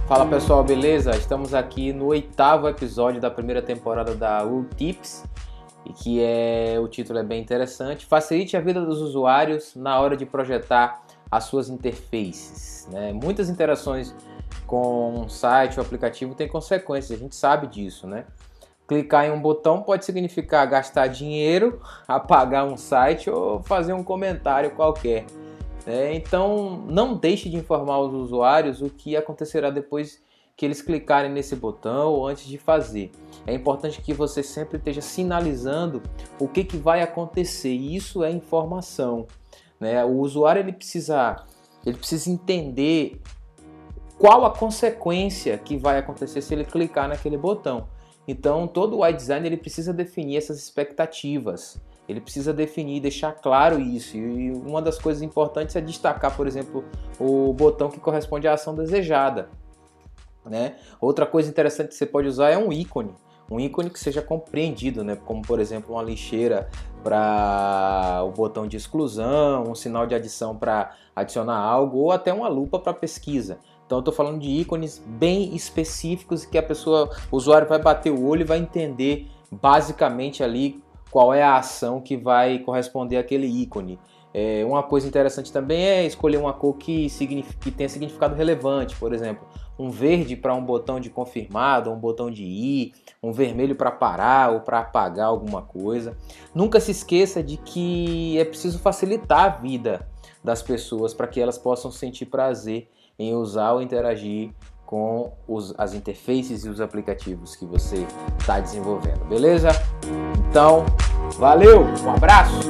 Fala pessoal, beleza? Estamos aqui no 8º episódio da primeira temporada da Tips, e que o título é bem interessante. Facilite a vida dos usuários na hora de projetar as suas interfaces, né? Muitas interações com um site ou aplicativo têm consequências, a gente sabe disso, né? Clicar em um botão pode significar gastar dinheiro, apagar um site ou fazer um comentário qualquer. Então, não deixe de informar os usuários o que acontecerá depois que eles clicarem nesse botão ou antes de fazer. É importante que você sempre esteja sinalizando o que vai acontecer. Isso é informação, né? O usuário ele precisa entender qual a consequência que vai acontecer se ele clicar naquele botão. Então, todo o iDesign ele precisa definir essas expectativas. Ele precisa definir, deixar claro isso. E uma das coisas importantes é destacar, por exemplo, o botão que corresponde à ação desejada, né? Outra coisa interessante que você pode usar é um ícone que seja compreendido, né? Como, por exemplo, uma lixeira para o botão de exclusão, um sinal de adição para adicionar algo, ou até uma lupa para pesquisa. Então eu estou falando de ícones bem específicos que o usuário vai bater o olho e vai entender basicamente ali qual é a ação que vai corresponder àquele ícone. Uma coisa interessante também é escolher uma cor que tenha significado relevante, por exemplo, um verde para um botão de confirmado, um botão de ir, um vermelho para parar ou para apagar alguma coisa. Nunca se esqueça de que é preciso facilitar a vida das pessoas para que elas possam sentir prazer em usar ou interagir com as interfaces e os aplicativos que você está desenvolvendo, beleza? Então, valeu, um abraço!